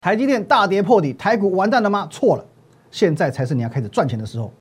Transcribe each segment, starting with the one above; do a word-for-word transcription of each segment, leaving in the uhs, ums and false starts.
台积电大跌破底，台股完蛋了吗？错了，现在才是你要开始赚钱的时候。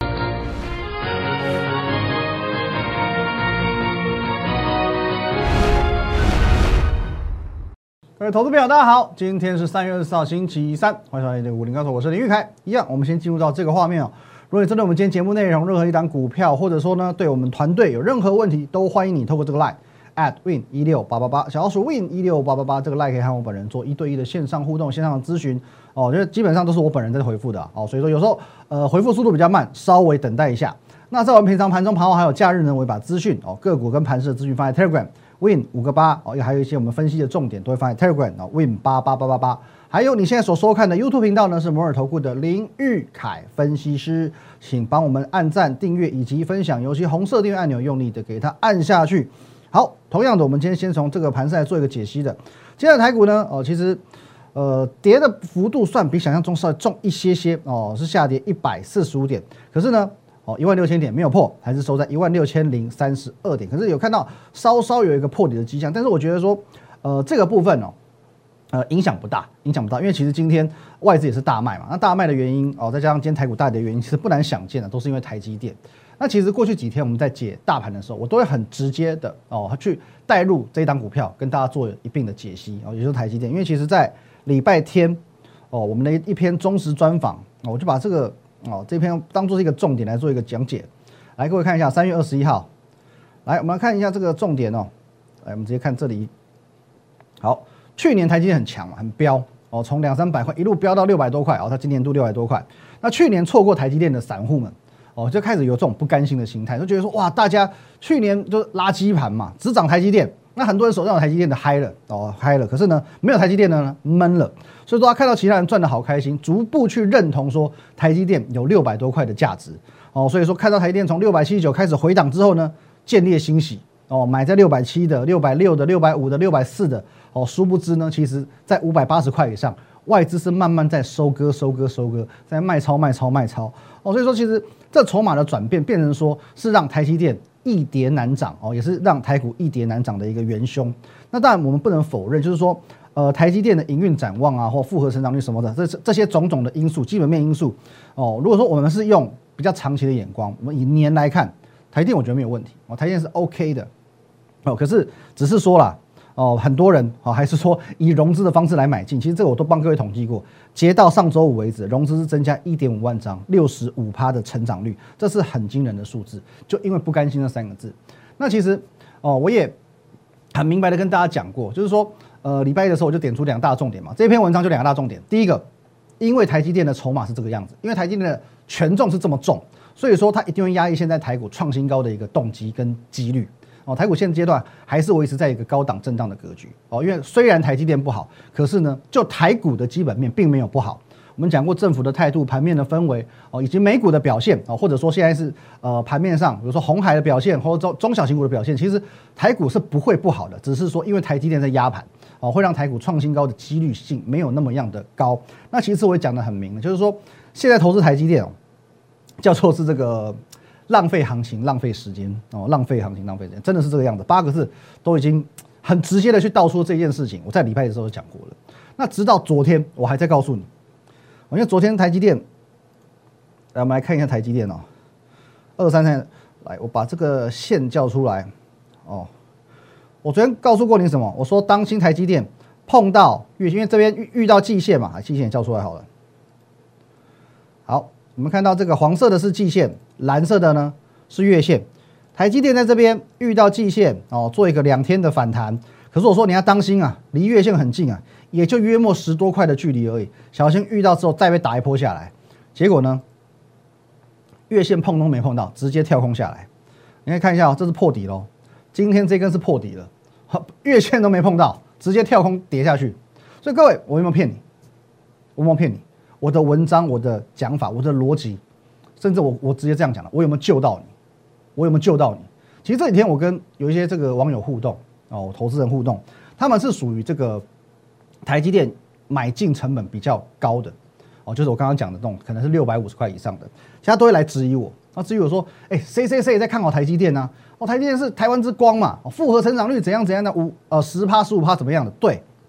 各位投资朋友，大家好，今天是三月二十四号，星期三，欢迎收看五零高手，我是林玉凯。一样，我们先进入到这个画面哦。如果你针对我们今天节目内容，任何一档股票，或者说呢，对我们团队有任何问题，都欢迎你透过这个 line at win 一六八八八，小老鼠 win 一六八八八这个 line 可以和我本人做一对一的线上互动、线上的咨询哦。就是基本上都是我本人在回复的哦，所以说有时候呃回复速度比较慢，稍微等待一下。那在我们平常盘中、盘后还有假日呢，我会把资讯哦个股跟盘势的资讯放在 Telegram。Win 五个八哦，也还有一些我们分析的重点都会放在 Telegram 哦 ，Win 八八八八八。还有你现在所收看的 YouTube 频道呢，是摩尔投顾的林玉凯分析师，请帮我们按赞、订阅以及分享，尤其红色订阅按钮用力的给它按下去。好，同样的，我们今天先从这个盘势来做一个解析的。今天的台股呢，哦，其实呃跌的幅度算比想象中稍微重一些些哦，是下跌一百四十五点，可是呢。哦，一万六千点没有破，还是收在一万六千零三十二点。可是有看到稍稍有一个破底的迹象，但是我觉得说，呃，这个部分哦，呃，影响不大，影响不大，因为其实今天外资也是大卖嘛。那大卖的原因哦，再加上今天台股大跌的原因，其实不难想见的，都是因为台积电。那其实过去几天我们在解大盘的时候，我都会很直接的哦去带入这一档股票，跟大家做一并的解析哦，也就是台积电。因为其实在礼拜天哦，我们的一篇忠实专访，我就把这个。哦，这篇当做是一个重点来做一个讲解。来，各位看一下，三月二十一号，来，我们来看一下这个重点哦。来，我们直接看这里。好，去年台积电很强嘛，很飙哦，从两三百块一路飙到六百多块哦，它今年度六百多块。那去年错过台积电的散户们哦，就开始有这种不甘心的心态，就觉得说哇，大家去年就垃圾盘嘛，只涨台积电。那很多人手上有台积电的嗨了哦，嗨了，可是呢，没有台积电的呢闷了，所以说他看到其他人赚得好开心，逐步去认同说台积电有六百多块的价值哦，所以说看到台积电从六百七十九开始回档之后呢，见猎欣喜哦，买在六百七的、六百六的、六百五的、六百四的哦，殊不知呢，其实在五百八十块以上，外资是慢慢在收割、收割、收割，在卖超、卖超、卖超哦，所以说其实这筹码的转变变成说是让台积电。易跌难涨哦，也是让台股易跌难涨的一个元凶。那当然我们不能否认，就是说，呃，台积电的营运展望啊，或复合成长率什么的，这这些种种的因素、基本面因素哦。如果说我们是用比较长期的眼光，我们以年来看，台积电我觉得没有问题哦，台积电是 OK 的哦。可是只是说啦。哦，很多人哦，还是说以融资的方式来买进，其实这个我都帮各位统计过，截到上周五为止，融资是增加 一点五万张， 六十五趴的成长率，这是很惊人的数字。就因为不甘心那三个字，那其实哦，我也很明白的跟大家讲过，就是说，呃，礼拜一的时候我就点出两大重点嘛，这篇文章就两大重点。第一个，因为台积电的筹码是这个样子，因为台积电的权重是这么重，所以说它一定会压抑现在台股创新高的一个动机跟几率。哦，台股现阶段还是维持在一个高档震荡的格局哦，因为虽然台积电不好，可是呢，就台股的基本面并没有不好。我们讲过政府的态度、盘面的氛围哦，以及美股的表现哦，或者说现在是呃盘面上，比如说鸿海的表现或者中中小型股的表现，其实台股是不会不好的，只是说因为台积电在压盘哦，会让台股创新高的几率性没有那么样的高。那其实我也讲得很明了，就是说现在投资台积电哦，叫做是这个。浪费行情，浪费时间哦，浪费行情，浪费时间，真的是这个样子。八个字都已经很直接的去道出这件事情。我在礼拜的时候讲过了。那直到昨天，我还在告诉你，因为昨天台积电，来我们来看一下台积电哦，二三三，来我把这个线叫出来哦。我昨天告诉过你什么？我说当心台积电碰到月线，因为这边遇遇到季线嘛，季线也叫出来好了。好。我们看到这个黄色的是季线，蓝色的呢是月线。台积电在这边遇到季线哦，做一个两天的反弹。可是我说你要当心啊，离月线很近啊，也就约莫十多块的距离而已，小心遇到之后再被打一波下来。结果呢，月线碰都没碰到，直接跳空下来。你可以看一下哦，这是破底咯。今天这根是破底了，月线都没碰到，直接跳空跌下去。所以各位，我有没有骗你？我有没有骗你？我的文章、我的讲法、我的逻辑，甚至我我直接这样讲了，我有没有救到你？我有没有救到你？其实这几天我跟有一些这个网友互动哦，投资人互动，他们是属于这个台积电买进成本比较高的哦，就是我刚刚讲的那种，可能是六百五十块以上的，其他都会来质疑我，那质疑我说，哎、欸，谁谁谁也在看好台积电啊？哦，台积电是台湾之光嘛，哦，复合成长率怎样怎样的五呃十趴十五趴怎么样的？对，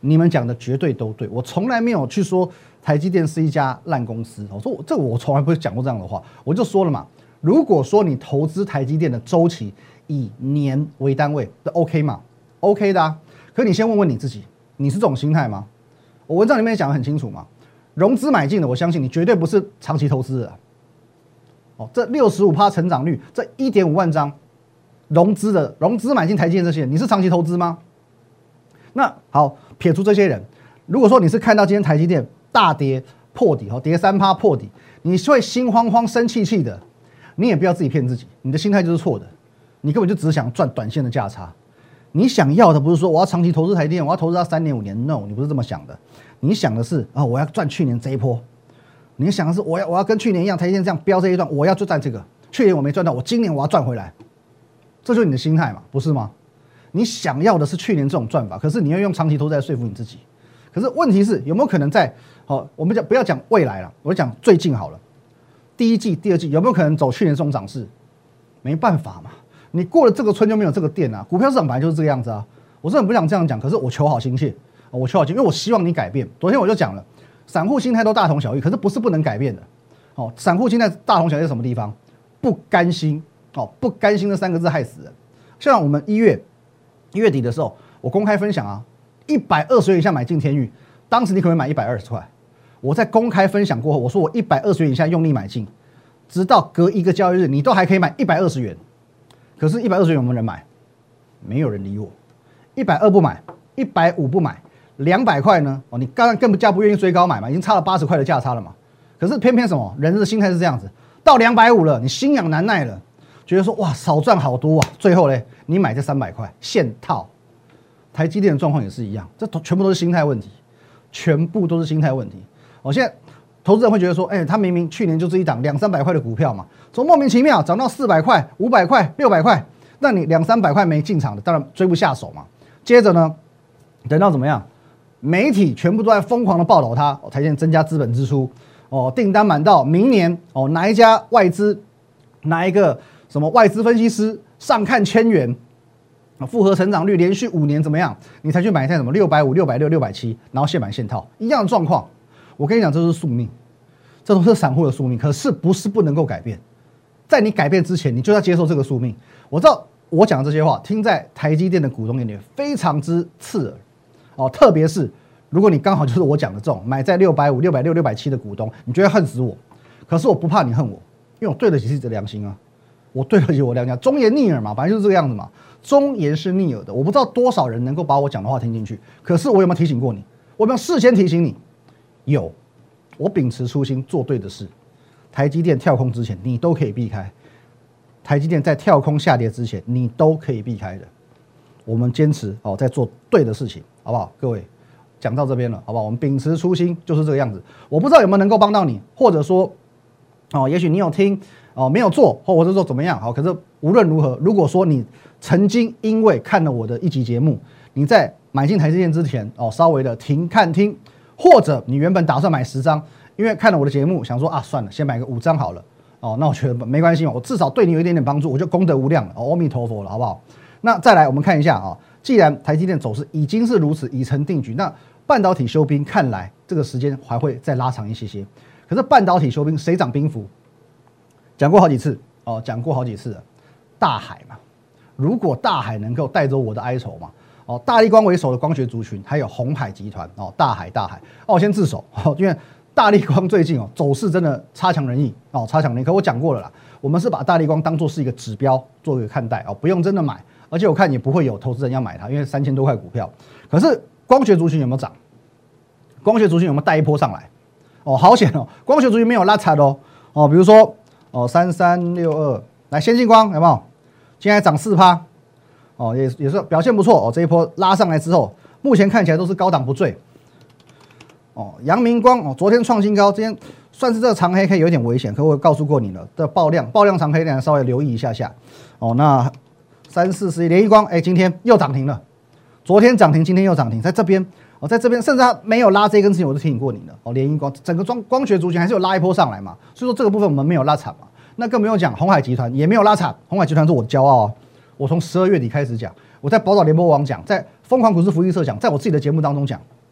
你们讲的绝对都对，我从来没有去说台积电是一家烂公司。我说我这个我从来不会讲过这样的话，我就说了嘛，如果说你投资台积电的周期以年为单位，这 OK 嘛 ？OK 的啊。可你先问问你自己，你是这种心态吗？我文章里面也讲得很清楚嘛，融资买进的，我相信你绝对不是长期投资的。哦，这 百分之六十五 成长率，这 一点五万张融资的融资买进台积电这些人，你是长期投资吗？那好，撇除这些人，如果说你是看到今天台积电大跌破底，哦，跌 百分之三 破底，你会心慌慌、生气气的，你也不要自己骗自己，你的心态就是错的，你根本就只想赚短线的价差。你想要的不是说我要长期投资台积电，我要投资它三年五年 ，no， 你不是这么想的，你想的是啊，我要赚去年这一波。你想的是我要我要跟去年一样，台积电这样飙这一段，我要就赚这个。去年我没赚到，我今年我要赚回来，这就是你的心态嘛，不是吗？你想要的是去年这种赚法，可是你要用长期投资来说服你自己。可是问题是有没有可能在好，我们讲不要讲未来了，我讲最近好了，第一季、第二季有没有可能走去年这种涨势？没办法嘛，你过了这个村就没有这个店啊。股票市场本来就是这个样子啊。我真的不想这样讲，可是我求好心切，我求好心，因为我希望你改变。昨天我就讲了。散户心态都大同小异，可是不是不能改变的。哦，散户心态大同小异是什么地方？不甘心哦，不甘心这三个字害死人。像我们一月一月底的时候，我公开分享啊，一百二十元以下买进天钰，当时你可不可以买一百二十块？我在公开分享过后，我说我一百二十元以下用力买进，直到隔一个交易日，你都还可以买一百二十元。可是，一百二十元有没有人买？没有人理我。一百二不买，一百五不买。两百块呢？哦，你刚刚更加不愿意追高买嘛，已经差了八十块的价差了嘛。可是偏偏什么？人的心态是这样子，到两百五了，你心痒难耐了，觉得说哇少赚好多啊。最后嘞，你买这三百块现套。台积电的状况也是一样，这全部都是心态问题，全部都是心态问题。我、哦、现在投资人会觉得说，哎、欸，他明明去年就是一档两三百块的股票嘛，怎么莫名其妙涨到四百块、五百块、六百块？那你两三百块没进场的，当然追不下手嘛。接着呢，等到怎么样？媒体全部都在疯狂的报道它，哦，台积电增加资本支出，哦，订单满到明年，哦，哪一家外资，哪一个什么外资分析师上看千元，复合成长率连续五年怎么样？你才去买在什么六百五、六百六、六百七，然后现买现套，一样的状况。我跟你讲，这是宿命，这都是散户的宿命。可是不是不能够改变，在你改变之前，你就要接受这个宿命。我知道我讲的这些话，听在台积电的股东眼里非常之刺耳。哦，特别是如果你刚好就是我讲的这种买在六百五、六百六、六百七的股东，你就会恨死我。可是我不怕你恨我，因为我对得起自己的良心啊，我对得起我良心。忠言逆耳嘛，本来就是这个样子嘛。忠言是逆耳的，我不知道多少人能够把我讲的话听进去。可是我有没有提醒过你？我有没有事先提醒你？有，我秉持初心做对的事。台积电跳空之前，你都可以避开；台积电在跳空下跌之前，你都可以避开的。我们坚持哦，在做对的事情，好不好？各位，讲到这边了，好不好？我们秉持初心就是这个样子。我不知道有没有能够帮到你，或者说，哦，也许你有听哦，没有做，或者说怎么样？好，可是无论如何，如果说你曾经因为看了我的一集节目，你在买进台积电之前哦，稍微的停看听，或者你原本打算买十张，因为看了我的节目，想说啊，算了，先买个五张好了。哦，那我觉得没关系嘛，我至少对你有一点点帮助，我就功德无量了。哦，阿弥陀佛了，好不好？那再来，我们看一下啊，既然台积电走势已经是如此已成定局，那半导体休兵看来这个时间还会再拉长一些些。可是半导体休兵，谁掌兵符？讲过好几次哦，讲过好几次了，大海嘛。如果大海能够带走我的哀愁嘛，哦，大立光为首的光学族群，还有鸿海集团哦，大海大海哦，我先自首哦，因为大立光最近哦走势真的差强人意哦，差强人意。可我讲过了啦，我们是把大立光当作是一个指标做一个看待哦，不用真的买。而且我看也不会有投资人要买它，因为三千多块股票。可是光学族群有没有涨？光学族群有没有带一波上来？哦，好险哦！光学族群没有拉惨哦。哦，比如说哦，三三六二，来先进光有没有？今天涨四趴，哦，也也是表现不错哦。这一波拉上来之后，目前看起来都是高档不坠。哦，阳明光哦，昨天创新高，今天算是这个长黑 K 有点危险，可我告诉过你了，这爆量爆量长黑 K 稍微留意一下下。哦，那。三四十一联一光，哎，今天又涨停了。昨天涨停，今天又涨停，在这边哦，在这边，甚至它没有拉这根之前，我都提醒过你了哦。联一光整个光光学族群还是有拉一波上来嘛，所以说这个部分我们没有拉惨嘛。那更不用讲，鸿海集团也没有拉惨，鸿海集团是我的骄傲啊。我从十二月底开始讲，我在宝岛联播网讲，在疯狂股市福利社讲，在我自己的节目当中讲，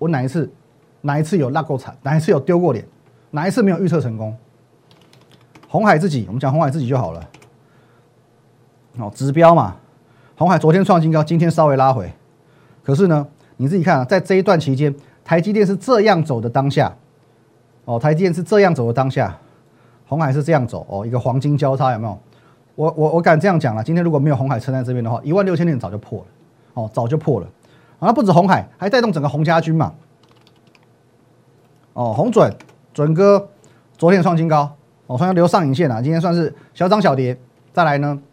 我哪一次哪一次有落够惨，哪一次有丢过脸，哪一次没有预测成功？鸿海自己，我们讲鸿海自己就好了。哦，指标嘛，鸿海昨天创新高，今天稍微拉回，可是呢，你自己看啊，在这一段期间，台积电是这样走的当下，哦，台积电是这样走的当下，鸿海是这样走，哦，一个黄金交叉有没有？我我我敢这样讲了，今天如果没有鸿海撑在这边的话，一万六千点早就破了，哦，早就破了。啊，不止鸿海，还带动整个鸿家军嘛。哦，鸿准准哥昨天创新高，哦，创下留上影线啊，今天算是小涨小跌。再来呢，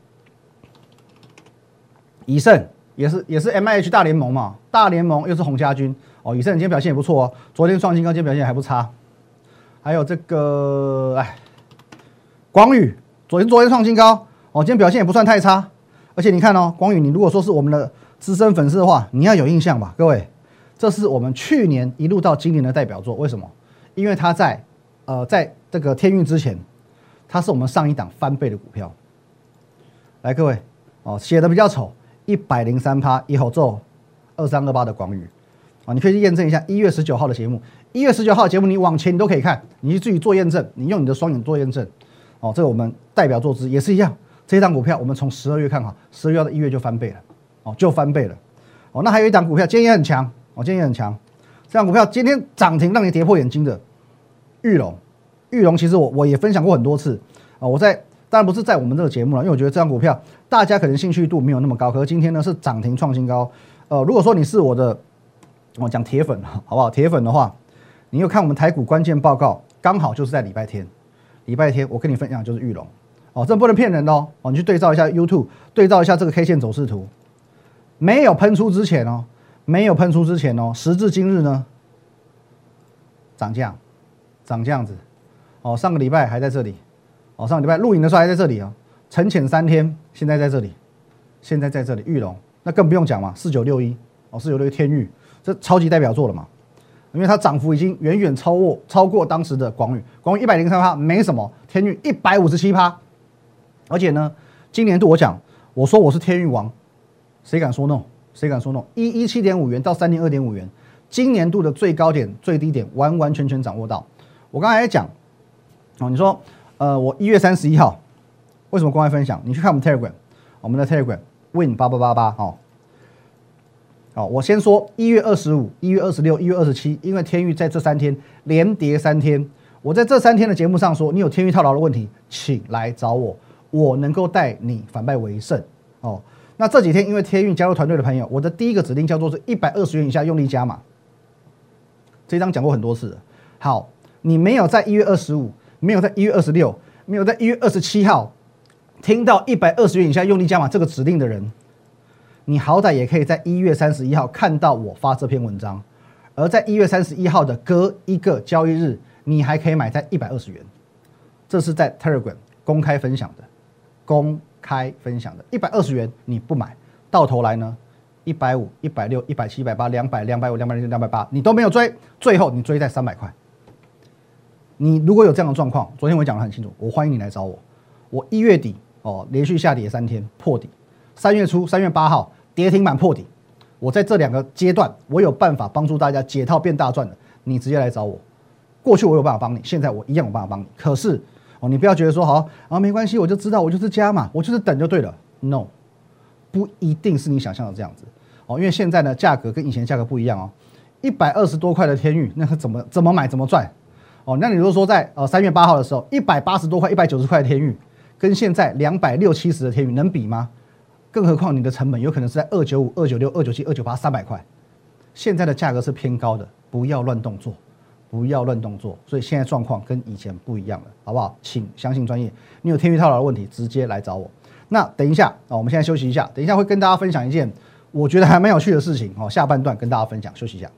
以盛也是也是 M I H 大联盟嘛，大联盟又是鸿家军，哦，以盛今天表现也不错哦，昨天创新高，今天表现还不差。还有这个哎，广宇昨天昨天创新高，哦，今天表现也不算太差。而且你看哦，广宇，你如果说是我们的资深粉丝的话，你要有印象吧，各位，这是我们去年一路到今年的代表作。为什么？因为它在呃，在这个天运之前，它是我们上一档翻倍的股票。来，各位哦，写的比较丑，一百零三趴，一口咒二三二八的广宇啊，你可以去验证一下一月十九号的节目。一月十九号的节目，你往前你都可以看，你去自己做验证，你用你的双眼做验证。哦，这个我们代表作之也是一样，这档股票我们从十二月看好，十二月到一月就翻倍了。哦，就翻倍了，哦，那还有一档股票今天也很强，哦，今天也很强，这档股票今天涨停让你跌破眼睛的裕隆，裕隆其实我我也分享过很多次啊，我在当然不是在我们这个节目了，因为我觉得这档股票大家可能兴趣度没有那么高，可是今天呢是涨停创新高，呃，如果说你是我的我讲铁粉好不好？铁粉的话，你有看我们台股关键报告，刚好就是在礼拜天，礼拜天我跟你分享就是裕隆，哦，这不能骗人的哦，哦，你去对照一下 YouTube， 对照一下这个 K 线走势图。没有喷出之前哦，没有喷出之前哦，时至今日呢，涨这样，涨这样子，哦，上个礼拜还在这里，哦，上个礼拜录影的时候还在这里哦，沉潜三天，现在在这里，现在在这里，裕隆，那更不用讲嘛，四九六一，哦，四九六一天钰，这超级代表作了嘛，因为它涨幅已经远远超过超过当时的广宇，广宇一百零三趴没什么，天钰一百五十七趴，而且呢，今年度我讲，我说我是天钰王。谁敢说 no？ 谁敢说 no？ 一一七点五元到三点二点五元，今年度的最高点、最低点完完全全掌握到。我刚才也讲，哦，你说，呃，我一月三十一号为什么公开分享？你去看我们 Telegram， 我们的 Telegram Win 八八八八哦。哦，我先说一月二十五、一月二十六、一月二十七，因为天钰在这三天连跌三天，我在这三天的节目上说，你有天钰套牢的问题，请来找我，我能够带你反败为胜哦。那这几天因为天钰加入团队的朋友，我的第一个指令叫做是一百二十元以下用力加码，这一章讲过很多次了。好，你没有在一月二十五，没有在一月二十六，没有在一月二十七号听到一百二十元以下用力加码这个指令的人，你好歹也可以在一月三十一号看到我发这篇文章，而在一月三十一号的隔一个交易日，你还可以买在一百二十元，这是在 Telegram 公开分享的，公。开分享的一百二十元你不买，到头来呢，一百五、一百六、一百七、一百八、两百、两百五、两百六、两百八，你都没有追，最后你追在三百块。你如果有这样的状况，昨天我讲得很清楚，我欢迎你来找我。我一月底哦，连续下跌三天破底，三月初三月八号跌停板破底，我在这两个阶段，我有办法帮助大家解套变大赚的，你直接来找我。过去我有办法帮你，现在我一样有办法帮你，可是。哦，你不要觉得说好啊，没关系，我就知道，我就是加嘛，我就是等就对了。No， 不一定是你想象的这样子哦，因为现在呢，价格跟以前价格不一样哦。一百二十多块的天钰，那个怎么怎么买怎么赚哦？那你如果说在呃三月八号的时候，一百八十多块、一百九十块的天钰，跟现在两百六七十的天钰能比吗？更何况你的成本有可能是在二九五、二九六、二九七、二九八、三百块，现在的价格是偏高的，不要乱动作。不要乱动作，所以现在状况跟以前不一样了，好不好？请相信专业。你有天钰套牢的问题，直接来找我。那等一下啊，我们现在休息一下，等一下会跟大家分享一件我觉得还蛮有趣的事情哦。下半段跟大家分享，休息一下。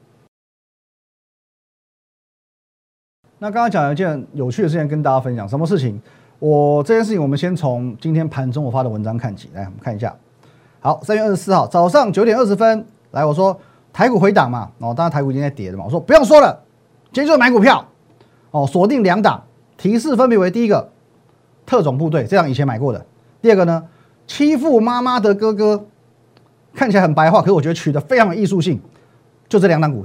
那刚刚讲了一件有趣的事情跟大家分享，什么事情？我这件事情我们先从今天盘中我发的文章看起，来我们看一下。好，三月二十四号早上九点二十分，来我说台股回档嘛，哦，当然台股已经在跌了嘛，我说不用说了。今天就买股票，哦，锁定两档，提示分别为第一个特种部队，这样以前买过的；第二个呢，欺负妈妈的哥哥，看起来很白话，可是我觉得取得非常有艺术性，就这两档股票。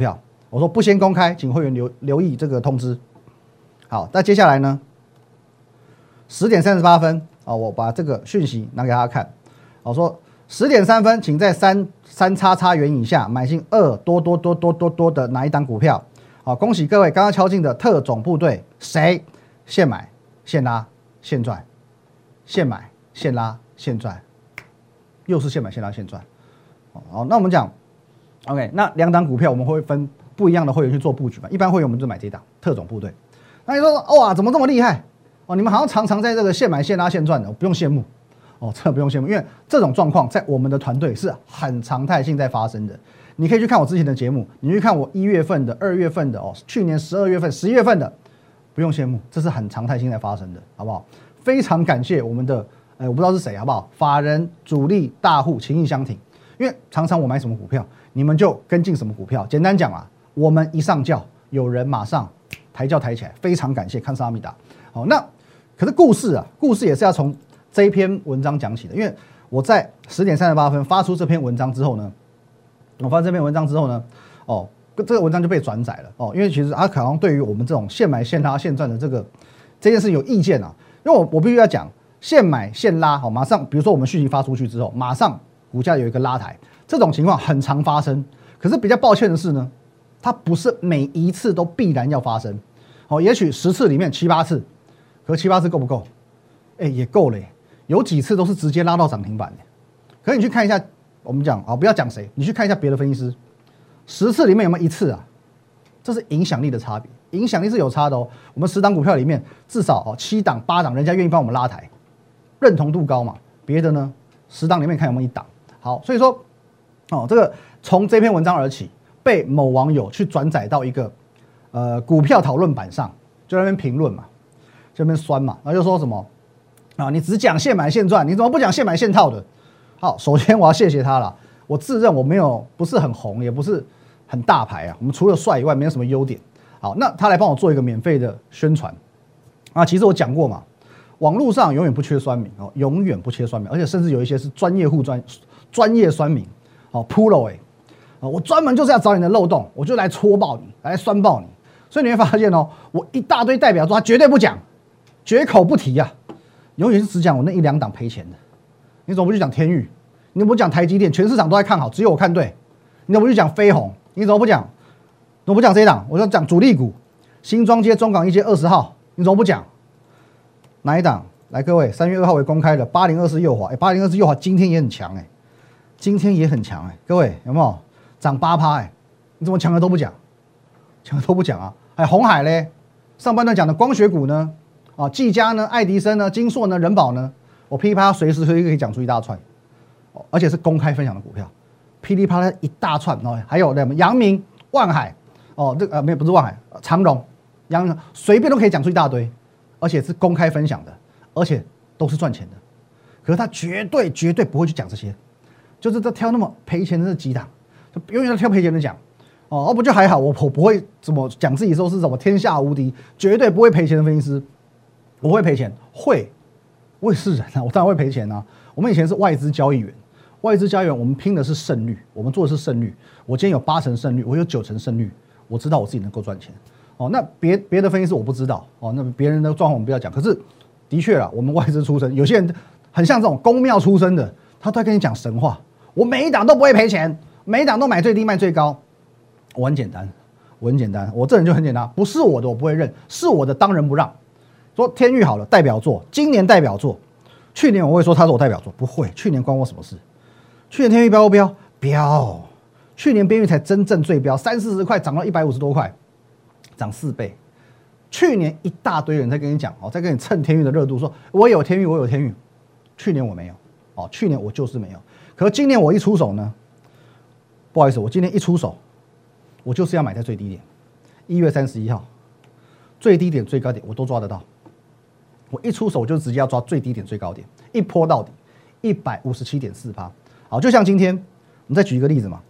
我说不先公开，请会员留留意这个通知。好，那接下来呢？十点三十八分啊，我把这个讯息拿给大家看。我说十点三分，请在三三叉叉元以下买进二多多多多多多的哪一档股票？好，恭喜各位刚刚敲进的特种部队，谁现买现拉现赚，现买现拉现赚，又是现买现拉现赚。好，那我们讲 ，OK， 那两档股票我们会分不一样的会员去做布局嘛？一般会员我们就买这一档特种部队。那你说哇，怎么这么厉害？哦，你们好像常常在这个现买现拉现赚的，不用羡慕哦，真的不用羡慕，因为这种状况在我们的团队是很常态性在发生的。你可以去看我之前的节目，你去看我一月份的、二月份的哦，去年十二月份、十一月份的，不用羡慕，这是很常态性在发生的，好不好？非常感谢我们的，哎，我不知道是谁，好不好？法人、主力、大户情义相挺，因为常常我买什么股票，你们就跟进什么股票。简单讲啊，我们一上轿，有人马上抬轿抬起来，非常感谢，看萨阿米达。好，那。可是故事啊，故事也是要从这一篇文章讲起的。因为我在十点三十八分发出这篇文章之后呢，我发这篇文章之后呢，哦，这个文章就被转载了哦。因为其实阿可能对于我们这种现买现拉现赚的这个这件事有意见啊。因为我我必须要讲，现买现拉，好，马上比如说我们讯息发出去之后，马上股价有一个拉抬，这种情况很常发生。可是比较抱歉的是呢，它不是每一次都必然要发生。哦，也许十次里面七八次。可七八次够不够？哎，也够了耶。有几次都是直接拉到涨停板的。可是你去看一下，我们讲啊，不要讲谁，你去看一下别的分析师，十次里面有没有一次啊？这是影响力的差别，影响力是有差的哦。我们十档股票里面至少哦七档八档，人家愿意帮我们拉抬，认同度高嘛。别的呢，十档里面看有没有一档。好，所以说哦，这个从这篇文章而起，被某网友去转载到一个呃股票讨论版上，就在那边评论嘛。这边酸嘛，然后就说什么啊？你只讲现买现赚，你怎么不讲现买现套的？好，首先我要谢谢他了。我自认我没有不是很红，也不是很大牌啊。我们除了帅以外，没有什么优点。好，那他来帮我做一个免费的宣传啊。其实我讲过嘛，网络上永远不缺酸民哦，永远不缺酸民，而且甚至有一些是专业户专专业酸民哦 ，Pro 哎，啊，我专门就是要找你的漏洞，我就来戳爆你，来酸爆你。所以你会发现哦，我一大堆代表作，他绝对不讲。绝口不提呀、啊，永远是只讲我那一两档赔钱的。你怎么不去讲天钰？你怎么不讲台积电？全市场都在看好，只有我看对。你怎么不去讲飞鸿？你怎么不讲？怎么不讲这一档？我就讲主力股，新庄街、中港一街二十号，你怎么不讲？哪一档？来，各位，三月二号为公开的八零二四右华，哎，八零二四右华今天也很强哎、欸，今天也很强哎、欸，各位有没有涨八趴哎？你怎么强的都不讲？强的都不讲啊？哎，鸿海嘞，上半段讲的光学股呢？啊，技嘉呢，爱迪生呢，金硕呢，人保呢，我噼里啪啦随时随地可以讲出一大串，哦，而且是公开分享的股票，噼里啪啦一大串哦，还有什么阳明、万海，哦，这个呃没有不是万海，长荣、阳随便都可以讲出一大堆，而且是公开分享的，而且都是赚钱的，可是他绝对绝对不会去讲这些，就是他挑那么赔钱的这几档，就永远都挑赔钱的讲。哦，不就还好，我我不会怎么讲自己说是什么天下无敌，绝对不会赔钱的分析师。我会赔钱，会，我也是人啊，我当然会赔钱啊。我们以前是外资交易员，外资交易员我们拼的是胜率，我们做的是胜率。我今天有八成胜率，我有九成胜率，我知道我自己能够赚钱。哦，那别别的分析师我不知道哦，那别人的状况我们不要讲。可是的确啦，我们外资出身，有些人很像这种公庙出身的，他都在跟你讲神话。我每一档都不会赔钱，每一档都买最低卖最高。我很简单，我很简单，我这人就很简单，不是我的我不会认，是我的当仁不让。说天钰好了，代表作，今年代表作，去年我会说它是我代表作，不会，去年关我什么事？去年天钰飙不飙？飙，去年边钰才真正最飙，三四十块涨到一百五十多块，涨四倍。去年一大堆人在跟你讲哦，在跟你蹭天钰的热度，说我有天钰，我有天钰。去年我没有，哦，去年我就是没有。可是今年我一出手呢，不好意思，我今天一出手，我就是要买在最低点，一月三十一号，最低点、最高点我都抓得到。我一出手就直接要抓最低点、最高点，一波到底，一百五十七点四趴。好，就像今天，我们再举一个例子嘛，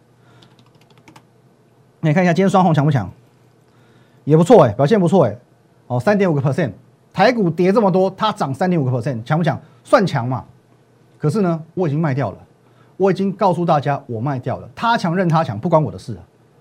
你看一下今天双红强不强？也不错哎、欸，表现不错哎、欸，哦，三点五个 percent， 台股跌这么多，它涨三点五个 percent， 强不强？算强嘛。可是呢，我已经卖掉了，我已经告诉大家我卖掉了，他强任他强，不关我的事啊。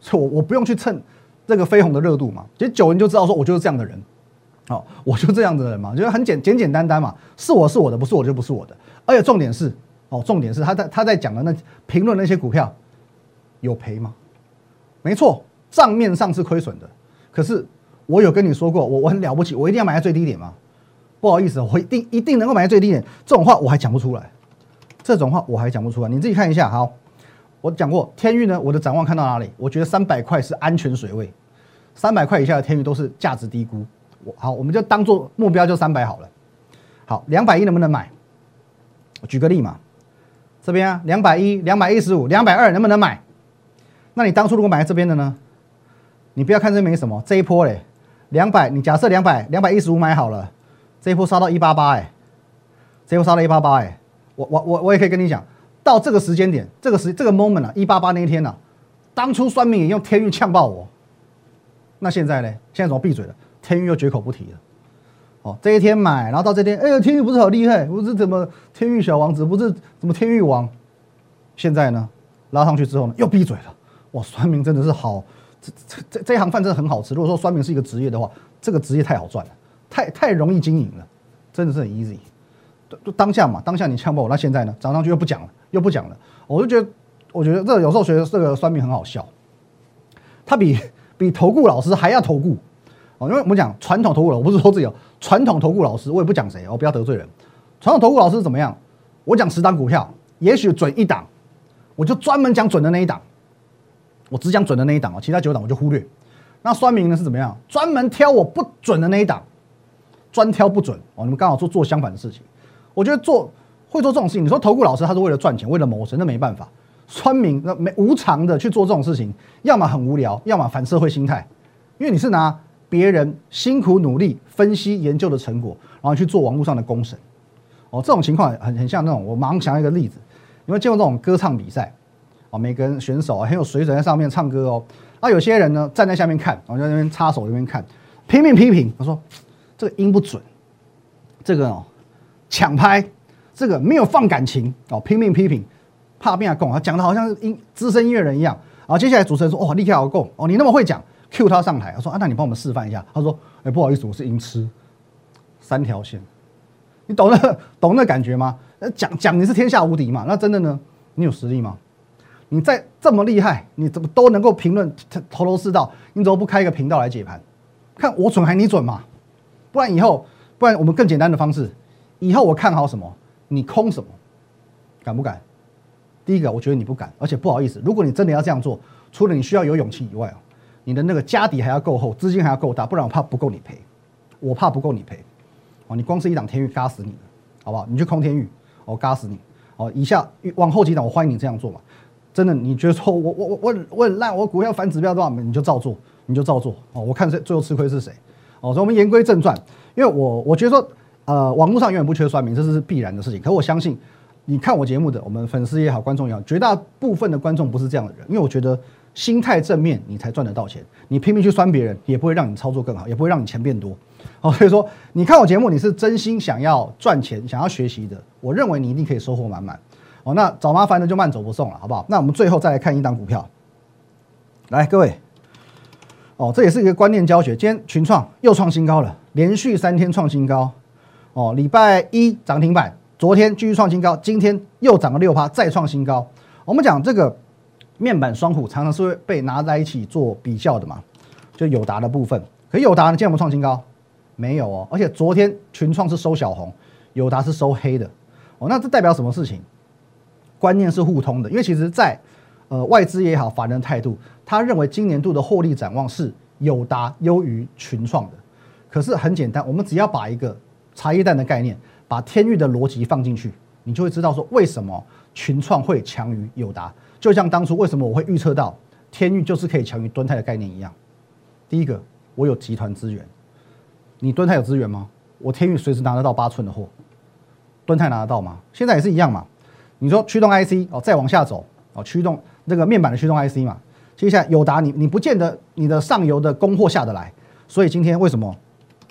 所以我我不用去蹭这个飞鸿的热度嘛。其实久了你就知道说我就是这样的人，哦，我就这样的人嘛，就是很简简简单单嘛，是我是我的，不是我就不是我的。而且重点是，哦，重点是他在他在讲的那评论那些股票有赔吗？没错，账面上是亏损的，可是我有跟你说过，我我很了不起，我一定要买在最低点吗？不好意思，我一定一定能够买在最低点，这种话我还讲不出来，这种话我还讲不出来，你自己看一下。好，我讲过天钰呢，我的展望看到哪里？我觉得三百块是安全水位，三百块以下的天钰都是价值低估。我好，我们就当做目标就三百好了。好，两百一能不能买？我举个例嘛，这边啊，两百一、两百一十五、两百二能不能买？那你当初如果买在这边的呢？你不要看这没什么，这一波嘞，两百，你假设两百、两百一十五买好了，这一波杀到一八八，哎，这一波杀到一八八，哎，我我我我也可以跟你讲，到这个时间点，这个时这个 moment 啊，一八八那一天啊，当初酸民也用天钰呛爆我，那现在呢？现在怎么闭嘴了？天钰又绝口不提了。哦，这一天买，然后到这天，哎呦，天钰不是好厉害，不是怎么天钰小王子，不是怎么天钰王，现在呢，拉上去之后呢，又闭嘴了。哇，酸民真的是好，这这这这一行饭真的很好吃。如果说酸民是一个职业的话，这个职业太好赚了，太太容易经营了，真的是很 easy。当下嘛，当下你呛爆我，那现在呢，涨上去又不讲了，又不讲了，我就觉得，我觉得这有时候觉得这个酸民很好笑，他比比投顾老师还要投顾。因为我们讲传统投顾老师，我不是说自己有传统投顾老师，我也不讲谁，我不要得罪人。传统投顾老师是怎么样？我讲十档股票，也许准一档，我就专门讲准的那一档，我只讲准的那一档哦，其他九档我就忽略。那酸民呢是怎么样？专门挑我不准的那一档，专挑不准哦。你们刚好做做相反的事情，我觉得做会做这种事情。你说投顾老师他是为了赚钱，为了谋生，那没办法。酸民那没无偿的去做这种事情，要么很无聊，要么反社会心态，因为你是拿别人辛苦努力分析研究的成果，然后去做网络上的公审，哦，这种情况很很像那种，我马上想到一个例子，你会见过这种歌唱比赛，哦，每个人选手很有水准在上面唱歌哦，那有些人呢站在下面看，然后在那边插手那边看，拼命批评，他说这个音不准，这个哦抢拍，这个没有放感情哦，拼命批评，怕变啊讲，他讲的好像音资深音乐人一样，然后接下来主持人说哦厉害好够哦，你那么会讲。Q 他上台，他说啊，那你帮我们示范一下。他说，哎、欸，不好意思，我是音痴，三条线，你懂那懂那感觉吗？讲讲你是天下无敌嘛？那真的呢？你有实力吗？你再这么厉害，你怎么都能够评论头头是道？你怎么不开一个频道来解盘？看我准还你准嘛？不然以后，不然我们更简单的方式，以后我看好什么，你空什么，敢不敢？第一个，我觉得你不敢，而且不好意思，如果你真的要这样做，除了你需要有勇气以外哦。你的那个家底还要够厚，资金还要够大，不然我怕不够你赔，我怕不够你赔，哦，你光是一档天钰嘎死你了，好不好？你去空天钰，我、哦、嘎死你，哦，以下往后几档我欢迎你这样做嘛，真的，你觉得说我我我我我很烂，我股票反指标多少，你就照做，你就照做，哦，我看谁最后吃亏是谁，哦，所以我们言归正传，因为我我觉得说，呃，网络上永远不缺酸民，这是必然的事情，可我相信，你看我节目的，我们粉丝也好，观众也好，绝大部分的观众不是这样的人，因为我觉得。心态正面，你才赚得到钱。你拼命去酸别人，也不会让你操作更好，也不会让你钱变多。哦，所以说你看我节目，你是真心想要赚钱、想要学习的，我认为你一定可以收获满满。哦，那找麻烦的就慢走不送了，好不好？那我们最后再来看一档股票，来各位，哦，这也是一个观念教学。今天群创又创新高了，连续三天创新高。哦，礼拜一涨停板，昨天继续创新高，今天又涨了六趴，再创新高。我们讲这个。面板双虎常常是会被拿在一起做比较的嘛，就友达的部分。可友达呢，今天有没有创新高？没有哦，而且昨天群创是收小红，友达是收黑的。哦，那这代表什么事情？观念是互通的，因为其实在呃外资也好，法人态度，他认为今年度的获利展望是友达优于群创的。可是很简单，我们只要把一个茶叶蛋的概念，把天钰的逻辑放进去，你就会知道说为什么群创会强于友达。就像当初为什么我会预测到天钰就是可以强于敦泰的概念一样。第一个，我有集团资源，你敦泰有资源吗？我天钰随时拿得到八寸的货，敦泰拿得到吗？现在也是一样嘛。你说驱动 I C 哦，再往下走哦，驱动这个面板的驱动 I C 嘛。接下来友达你你不见得你的上游的供货下得来，所以今天为什么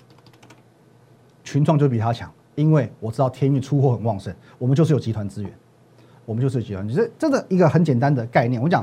群创就比他强？因为我知道天钰出货很旺盛，我们就是有集团资源。我们就是集团，就是真的一个很简单的概念。我讲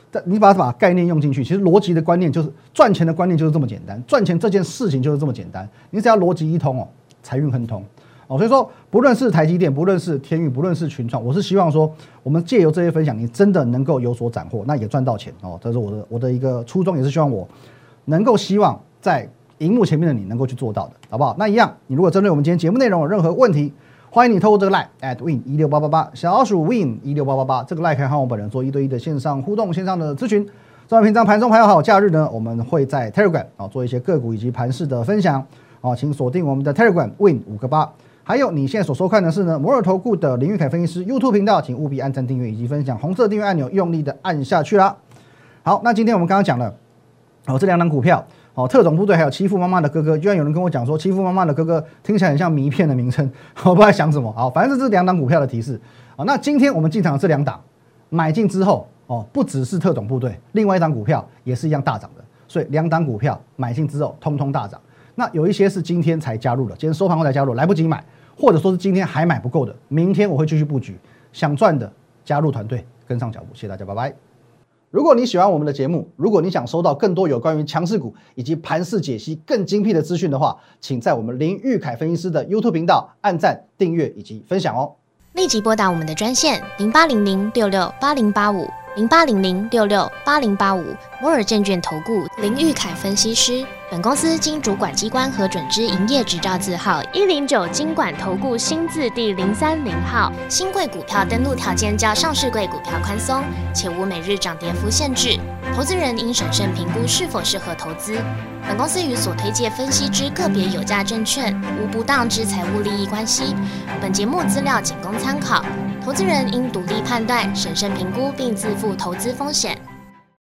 你把它把概念用进去，其实逻辑的观念就是赚钱的观念就是这么简单，赚钱这件事情就是这么简单，你只要逻辑一通哦，财运亨通哦。所以说，不论是台积电，不论是天钰，不论是群创，我是希望说，我们借由这些分享，你真的能够有所斩获，那也赚到钱哦。这是我的我的一个初衷，也是希望我能够希望在荧幕前面的你能够去做到的，好不好？那一样，你如果针对我们今天节目内容有任何问题，欢迎你透过这个 line at win 一六八八八小老鼠 win 一六八八八这个 line 可以和我本人做一对一的线上互动、线上的咨询。在平常盘中还有好假日呢，我们会在 Telegram 啊做一些个股以及盘势的分享啊，请锁定我们的 Telegram win 五个八。还有你现在所收看的是呢摩尔投顾的林玉凯分析师 YouTube 频道，请务必按赞订阅以及分享，红色订阅按钮用力的按下去啦。好，那今天我们刚刚讲了哦这两档股票。哦，特种部队还有欺负妈妈的哥哥，居然有人跟我讲说欺负妈妈的哥哥听起来很像迷片的名称，我不知道在想什么。好，反正这是两档股票的提示。好，那今天我们进场的这两档买进之后，哦，不只是特种部队，另外一档股票也是一样大涨的，所以两档股票买进之后通通大涨。那有一些是今天才加入的，今天收盘后才加入，来不及买，或者说是今天还买不够的，明天我会继续布局，想赚的加入团队，跟上脚步。谢谢大家，拜拜。如果你喜欢我们的节目，如果你想收到更多有关于强势股以及盘势解析更精辟的资讯的话，请在我们林玉凯分析师的 YouTube 频道按赞、订阅以及分享哦。 立即拨打我们的专线零八零零六六八零八五零八零零六六八零八五摩尔证券投顾林玉凯分析师。本公司经主管机关核准之营业执照字号一零九金管投顾新字第零三零号。新贵股票登录条件较上市贵股票宽松，且无每日涨跌幅限制。投资人应审慎评估是否适合投资。本公司与所推介分析之个别有价证券无不当之财务利益关系。本节目资料仅供参考，投资人应独立判断、审慎评估并自负投资风险。